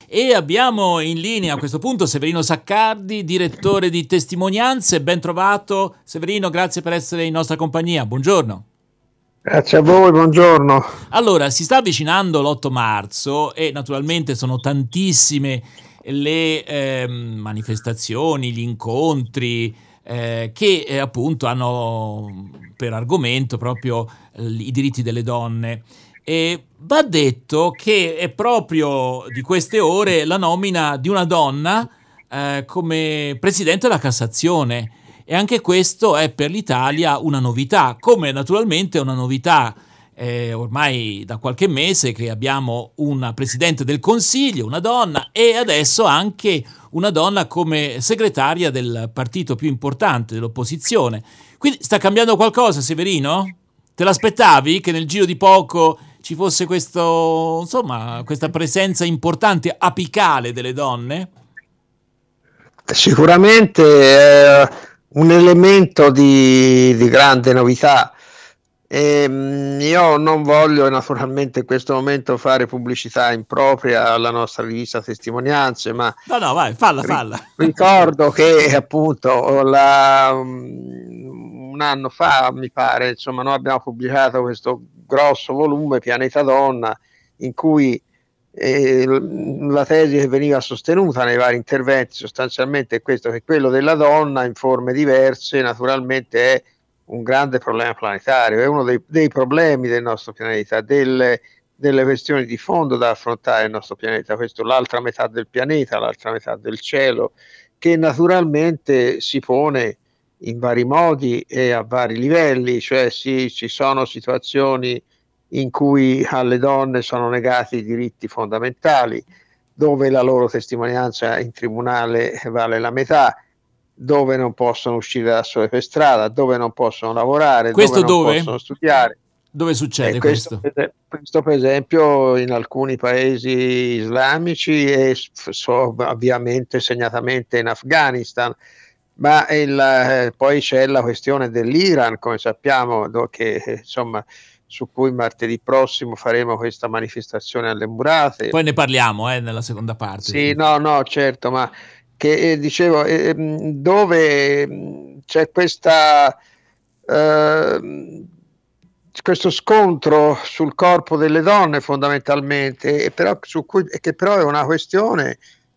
e abbiamo in linea a questo punto Severino Saccardi, direttore di Testimonianze. Ben trovato Severino, grazie per essere in nostra compagnia, buongiorno. Grazie a voi, buongiorno. Allora, si sta avvicinando l'8 marzo e naturalmente sono tantissime le manifestazioni, gli incontri che appunto hanno per argomento proprio i diritti delle donne. E va detto che è proprio di queste ore la nomina di una donna come presidente della Cassazione. E anche questo è per l'Italia una novità, come naturalmente è una novità ormai da qualche mese che abbiamo una Presidente del Consiglio, una donna, e adesso anche una donna come segretaria del partito più importante dell'opposizione. Quindi sta cambiando qualcosa, Severino? Te l'aspettavi che nel giro di poco ci fosse questo, insomma, questa presenza importante, apicale delle donne? Sicuramente è un elemento di grande novità. Io non voglio naturalmente in questo momento fare pubblicità impropria alla nostra rivista Testimonianze, ma No, vai, falla. Ricordo che appunto un anno fa, mi pare, insomma, noi abbiamo pubblicato questo grosso volume Pianeta Donna, in cui la tesi che veniva sostenuta nei vari interventi sostanzialmente è questo, che quello della donna in forme diverse naturalmente è un grande problema planetario, è uno dei problemi del nostro pianeta, delle questioni di fondo da affrontare nel nostro pianeta, questo l'altra metà del pianeta, l'altra metà del cielo, che naturalmente si pone in vari modi e a vari livelli, cioè ci sono situazioni in cui alle donne sono negati i diritti fondamentali, dove la loro testimonianza in tribunale vale la metà, dove non possono uscire da sole per strada, dove non possono lavorare, questo dove non possono studiare. Dove succede questo? Questo per esempio in alcuni paesi islamici e ovviamente segnatamente in Afghanistan, ma poi c'è la questione dell'Iran, come sappiamo, che insomma su cui martedì prossimo faremo questa manifestazione alle Murate. Poi ne parliamo nella seconda parte. Sì, no, certo, ma che dicevo, dove c'è questo scontro sul corpo delle donne fondamentalmente, che però è una questione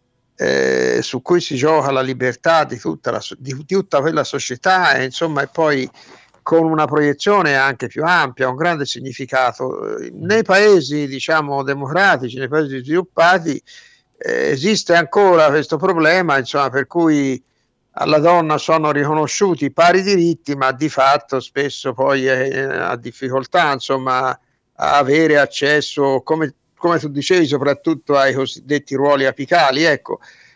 su cui si gioca la libertà di tutta quella società e insomma, e poi con una proiezione anche più ampia, un grande significato. Nei paesi, diciamo, democratici, nei paesi sviluppati, esiste ancora questo problema, insomma, per cui alla donna sono riconosciuti pari diritti, ma di fatto spesso poi ha difficoltà, insomma, a avere accesso, come tu dicevi, soprattutto ai cosiddetti ruoli apicali. Ecco,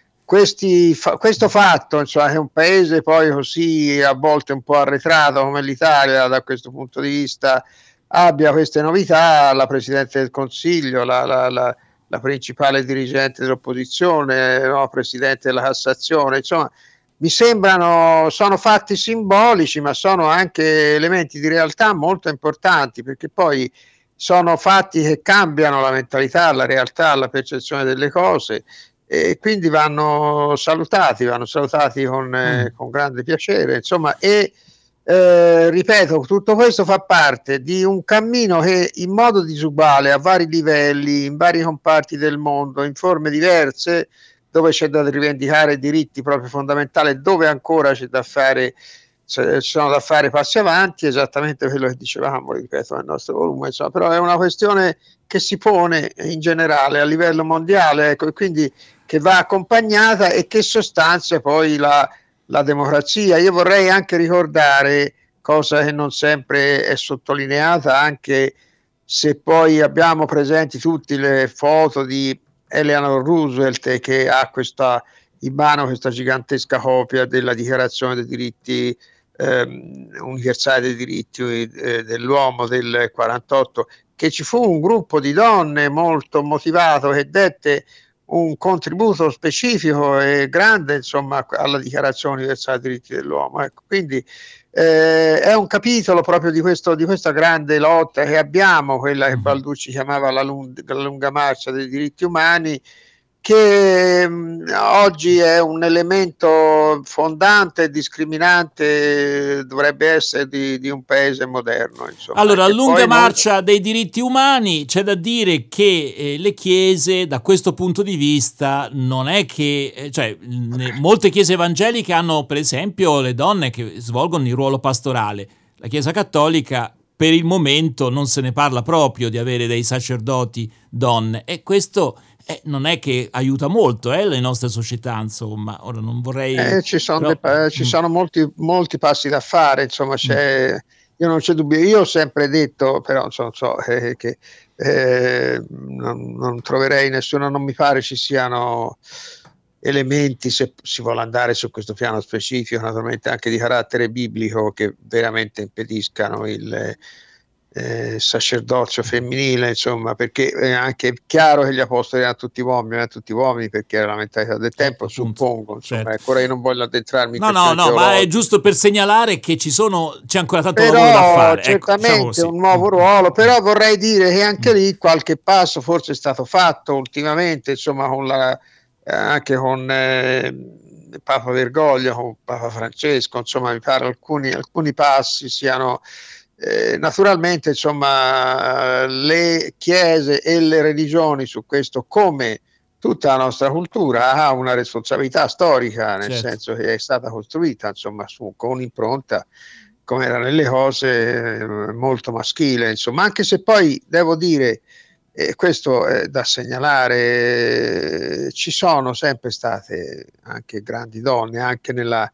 questo fatto, insomma, che un paese poi così a volte un po' arretrato come l'Italia da questo punto di vista abbia queste novità, la Presidente del Consiglio, la principale dirigente dell'opposizione, no, Presidente della Cassazione, insomma, mi sembrano, sono fatti simbolici, ma sono anche elementi di realtà molto importanti, perché poi sono fatti che cambiano la mentalità, la realtà, la percezione delle cose, e quindi vanno salutati con grande piacere, insomma, e ripeto, tutto questo fa parte di un cammino che in modo disuguale, a vari livelli, in vari comparti del mondo, in forme diverse, dove c'è da rivendicare diritti proprio fondamentali, dove ancora ci sono da fare passi avanti, esattamente quello che dicevamo, ripeto, nel nostro volume, insomma, però è una questione che si pone in generale a livello mondiale, ecco, e quindi che va accompagnata e che sostanzia poi la democrazia. Io vorrei anche ricordare, cosa che non sempre è sottolineata, anche se poi abbiamo presenti tutte le foto di Eleanor Roosevelt, che ha in mano questa gigantesca copia della Dichiarazione dei diritti universali dei diritti dell'uomo del 48, che ci fu un gruppo di donne molto motivato che dette un contributo specifico e grande, insomma, alla Dichiarazione universale dei diritti dell'uomo. Ecco, quindi è un capitolo proprio di questa grande lotta che abbiamo, quella che Balducci chiamava la lunga marcia dei diritti umani, che oggi è un elemento fondante e discriminante, dovrebbe essere di un paese moderno, insomma. Allora, a lunga marcia dei diritti umani, c'è da dire che le chiese, da questo punto di vista, non è che, molte chiese evangeliche hanno, per esempio, le donne che svolgono il ruolo pastorale. La Chiesa Cattolica, per il momento, non se ne parla proprio di avere dei sacerdoti donne, e questo non è che aiuta molto le nostre società, insomma. Ora non vorrei... ci sono molti passi da fare, insomma, io non c'è dubbio. Io ho sempre detto, però che non troverei nessuno, non mi pare ci siano elementi, se si vuole andare su questo piano specifico, naturalmente anche di carattere biblico, che veramente impediscano il sacerdozio femminile, insomma, perché è anche chiaro che gli apostoli erano tutti uomini, perché era la mentalità del tempo, suppongo, insomma. Certo. Ecco, ora io non voglio addentrarmi in no, ma è giusto per segnalare che c'è ancora tanto lavoro da fare. Certamente un nuovo ruolo, però vorrei dire che anche lì qualche passo forse è stato fatto ultimamente, insomma, anche con Papa Bergoglio, con Papa Francesco, insomma, mi pare alcuni passi siano... naturalmente, insomma, le chiese e le religioni su questo, come tutta la nostra cultura, ha una responsabilità storica, nel senso che è stata costruita, insomma, con un'impronta, come era nelle cose, molto maschile, insomma, anche se poi devo dire, questo è da segnalare, ci sono sempre state anche grandi donne, anche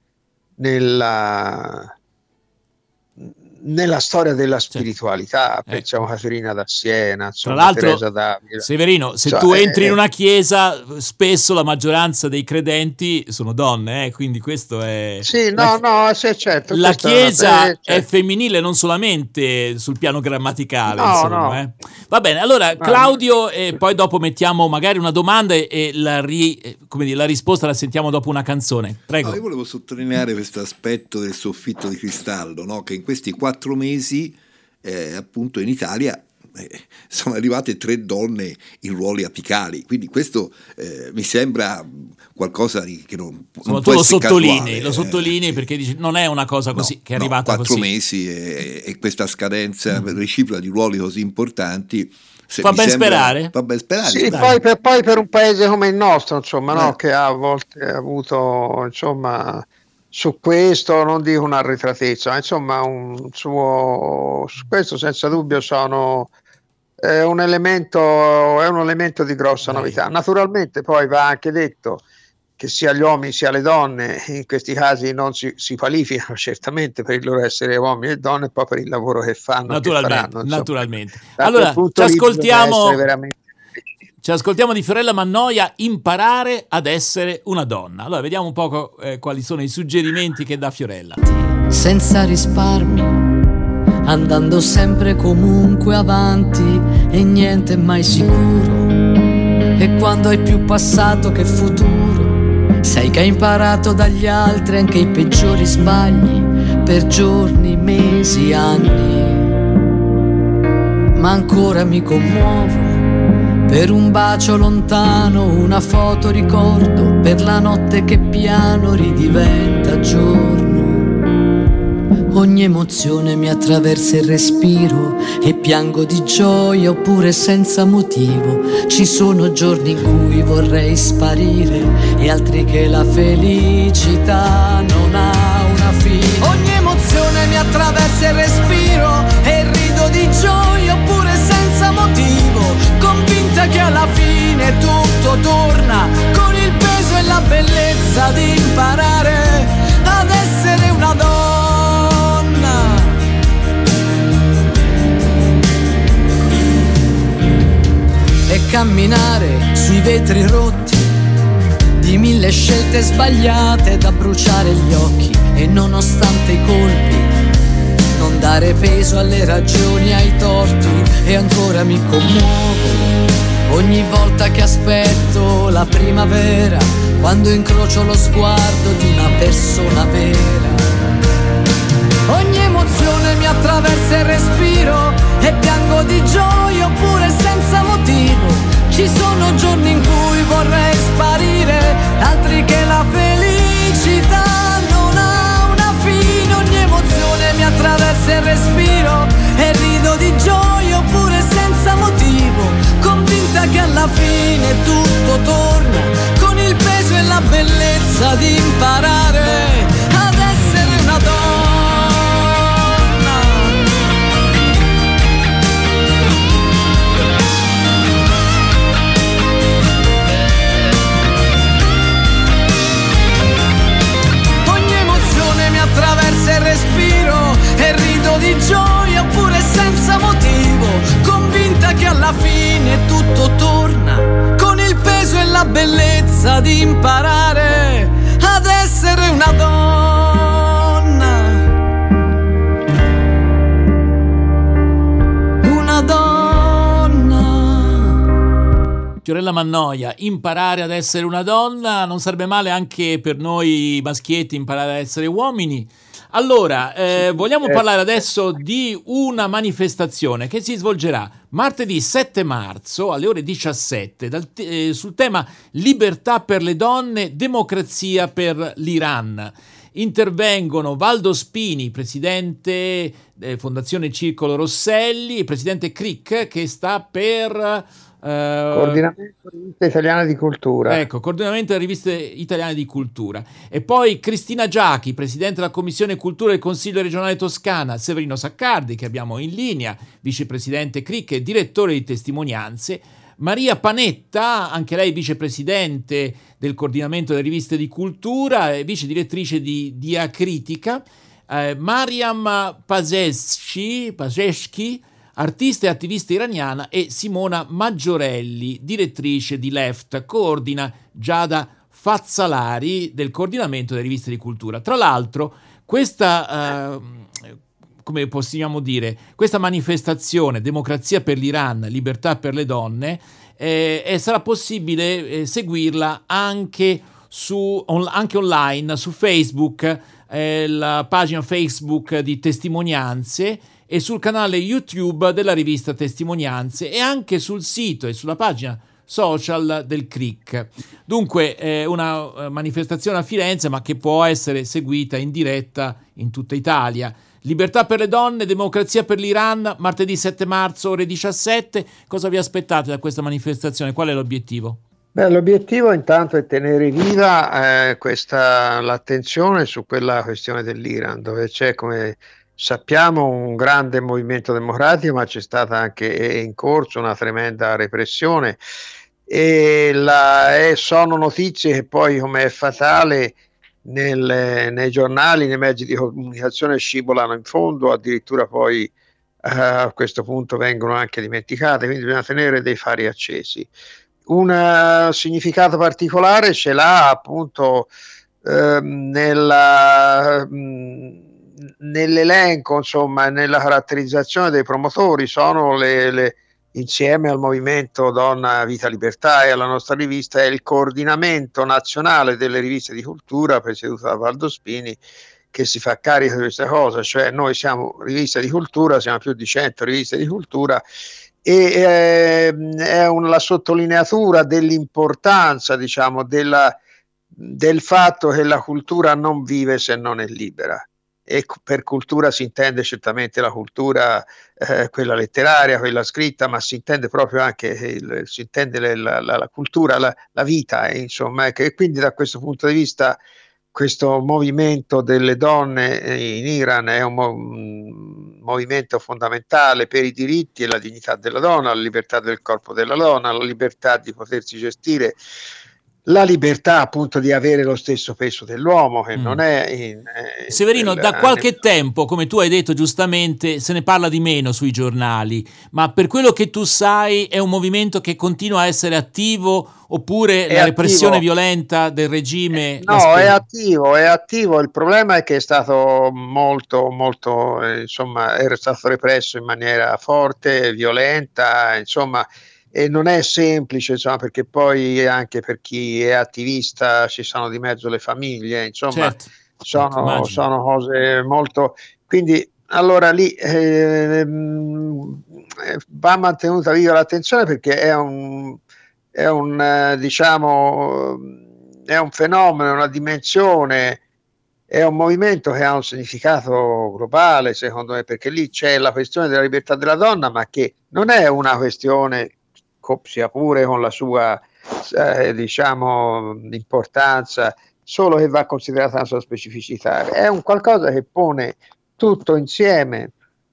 nella storia della spiritualità, pensiamo a Caterina da Siena, insomma, tra l'altro, Teresa d'Avila. Severino, se tu entri in una chiesa, spesso la maggioranza dei credenti sono donne, quindi questo è... Sì, certo. La chiesa è femminile non solamente sul piano grammaticale, insomma. Va bene, allora Claudio, e poi dopo mettiamo magari una domanda e la risposta la sentiamo dopo una canzone. Prego. Io volevo sottolineare questo aspetto del soffitto di cristallo, no? Che in questi 4 mesi appunto in Italia sono arrivate 3 donne in ruoli apicali, quindi questo mi sembra qualcosa che non può essere casuale. Lo sottolinei perché dici, non è una cosa così che è arrivata 4 mesi e questa scadenza reciproca di ruoli così importanti fa ben sperare. Sì, poi per un paese come il nostro, insomma, no? Che a volte ha avuto, insomma, su questo non dico un'arretratezza, ma insomma su questo senza dubbio è un elemento di grossa novità. Naturalmente poi va anche detto che sia gli uomini sia le donne in questi casi non si qualificano certamente per il loro essere uomini e donne, e poi per il lavoro che fanno. Naturalmente. Allora ci ascoltiamo di Fiorella Mannoia, Imparare ad essere una donna. Allora vediamo un po' quali sono i suggerimenti che dà Fiorella. Senza risparmi, andando sempre comunque avanti e niente mai sicuro. E quando hai più passato che futuro, sai che hai imparato dagli altri anche i peggiori sbagli, per giorni, mesi, anni. Ma ancora mi commuovo per un bacio lontano, una foto ricordo, per la notte che piano ridiventa giorno. Ogni emozione mi attraversa il respiro e piango di gioia oppure senza motivo. Ci sono giorni in cui vorrei sparire e altri che la felicità non ha una fine. Ogni emozione mi attraversa il respiro e rido di gioia oppure senza motivo, convinta che alla fine tutto torna, con il peso e la bellezza di imparare ad essere una donna. E camminare sui vetri rotti di 1000 scelte sbagliate da bruciare gli occhi, e nonostante i colpi non dare peso alle ragioni, ai torti. E ancora mi commuovo ogni volta che aspetto la primavera, quando incrocio lo sguardo di una persona vera. Ogni emozione mi attraversa il respiro e piango di gioia oppure senza motivo, Ci sono giorni in cui vorrei sparire, altri che la felicità non ha una fine. Ogni emozione mi attraversa il respiro e rido di gioia oppure senza motivo, convinta che alla fine tutto torna, con il peso e la bellezza di imparare ad essere una donna. Ogni emozione mi attraversa il respiro e rido di gioia oppure senza motivo, convinta che alla fine tutto torna, con il peso e la bellezza di imparare ad essere una donna. Una donna. Fiorella Mannoia, imparare ad essere una donna, non sarebbe male anche per noi maschietti imparare ad essere uomini. Allora, vogliamo parlare adesso di una manifestazione che si svolgerà martedì 7 marzo alle ore 17 sul tema Libertà per le donne, democrazia per l'Iran. Intervengono Valdo Spini, presidente Fondazione Circolo Rosselli, presidente CRIC, che sta per... Coordinamento Riviste Italiane di Cultura. Ecco, coordinamento delle riviste italiane di cultura. E poi Cristina Giachi, presidente della Commissione Cultura del Consiglio regionale Toscana, Severino Saccardi, che abbiamo in linea, vicepresidente CRIC e direttore di testimonianze, Maria Panetta, anche lei vicepresidente del coordinamento delle riviste di cultura e vice direttrice di Diacritica, Mariam Paseschi, artista e attivista iraniana, e Simona Maggiorelli, direttrice di Left, coordina Giada Fazzalari del coordinamento delle riviste di cultura. Tra l'altro, questa, come possiamo dire, questa manifestazione Democrazia per l'Iran, Libertà per le donne, sarà possibile seguirla anche online su Facebook, la pagina Facebook di Testimonianze, e sul canale YouTube della rivista Testimonianze, e anche sul sito e sulla pagina social del CRIC. Dunque una manifestazione a Firenze, ma che può essere seguita in diretta in tutta Italia. Libertà per le donne, democrazia per l'Iran, martedì 7 marzo ore 17. Cosa vi aspettate da questa manifestazione? Qual è l'obiettivo? Beh, l'obiettivo intanto è tenere viva l'attenzione su quella questione dell'Iran, dove c'è, come sappiamo, un grande movimento democratico, ma c'è stata anche in corso una tremenda repressione, e sono notizie che poi, come è fatale, nei giornali, nei mezzi di comunicazione scivolano in fondo, addirittura poi a questo punto vengono anche dimenticate, quindi bisogna tenere dei fari accesi. Un significato particolare ce l'ha appunto nell'elenco, insomma, nella caratterizzazione dei promotori. Sono insieme al movimento Donna, Vita, Libertà e alla nostra rivista, è il coordinamento nazionale delle riviste di cultura presieduto da Valdo Spini, che si fa carico di questa cosa. Cioè, noi siamo rivista di cultura, siamo più di 100 riviste di cultura, e è la sottolineatura dell'importanza, diciamo, del fatto che la cultura non vive se non è libera. E per cultura si intende certamente la cultura, quella letteraria, quella scritta, ma si intende proprio anche la cultura, la vita, insomma, e quindi da questo punto di vista questo movimento delle donne in Iran è un movimento fondamentale per i diritti e la dignità della donna, la libertà del corpo della donna, la libertà di potersi gestire, la libertà appunto di avere lo stesso peso dell'uomo, che non è Severino, da qualche tempo, come tu hai detto giustamente, se ne parla di meno sui giornali, ma per quello che tu sai è un movimento che continua a essere attivo, oppure la repressione violenta del regime? No, è attivo. Il problema è che è stato molto, insomma, era stato represso in maniera forte, violenta, insomma. E non è semplice, insomma, perché poi anche per chi è attivista ci sono di mezzo le famiglie, insomma, sono cose molto... Quindi, allora lì va mantenuta viva l'attenzione, perché diciamo, è un fenomeno, è una dimensione, è un movimento che ha un significato globale, secondo me, perché lì c'è la questione della libertà della donna, ma che non è una questione, sia pure con la sua diciamo importanza, solo che va considerata la sua specificità, è un qualcosa che pone tutto insieme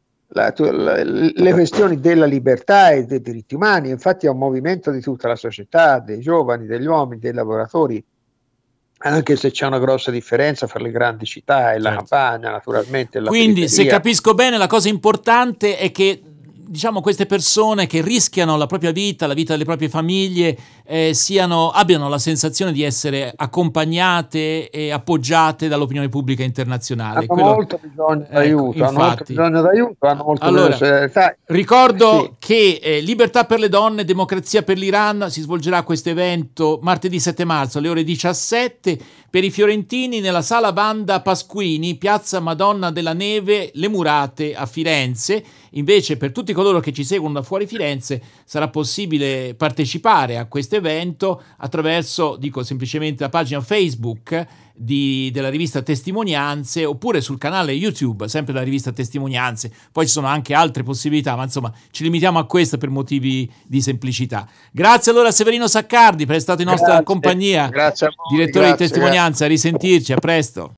le questioni della libertà e dei diritti umani. Infatti è un movimento di tutta la società, dei giovani, degli uomini, dei lavoratori, anche se c'è una grossa differenza fra le grandi città e la campagna, naturalmente. Quindi, se capisco bene, la cosa importante è che, diciamo, queste persone che rischiano la propria vita, la vita delle proprie famiglie, abbiano la sensazione di essere accompagnate e appoggiate dall'opinione pubblica internazionale. Hanno molto bisogno d'aiuto, hanno molto solidarietà. Ricordo che Libertà per le donne, democrazia per l'Iran, si svolgerà questo evento martedì 7 marzo alle ore 17 per i fiorentini nella Sala Wanda Pasquini, piazza Madonna della Neve, Le Murate a Firenze. Invece, per tutti coloro che ci seguono da fuori Firenze, sarà possibile partecipare a questo evento attraverso, dico semplicemente, la pagina Facebook della rivista Testimonianze, oppure sul canale YouTube, sempre della rivista Testimonianze. Poi ci sono anche altre possibilità, ma insomma ci limitiamo a questa per motivi di semplicità. Grazie allora a Severino Saccardi per essere stato in nostra compagnia, grazie a voi, direttore di Testimonianze. A risentirci, a presto.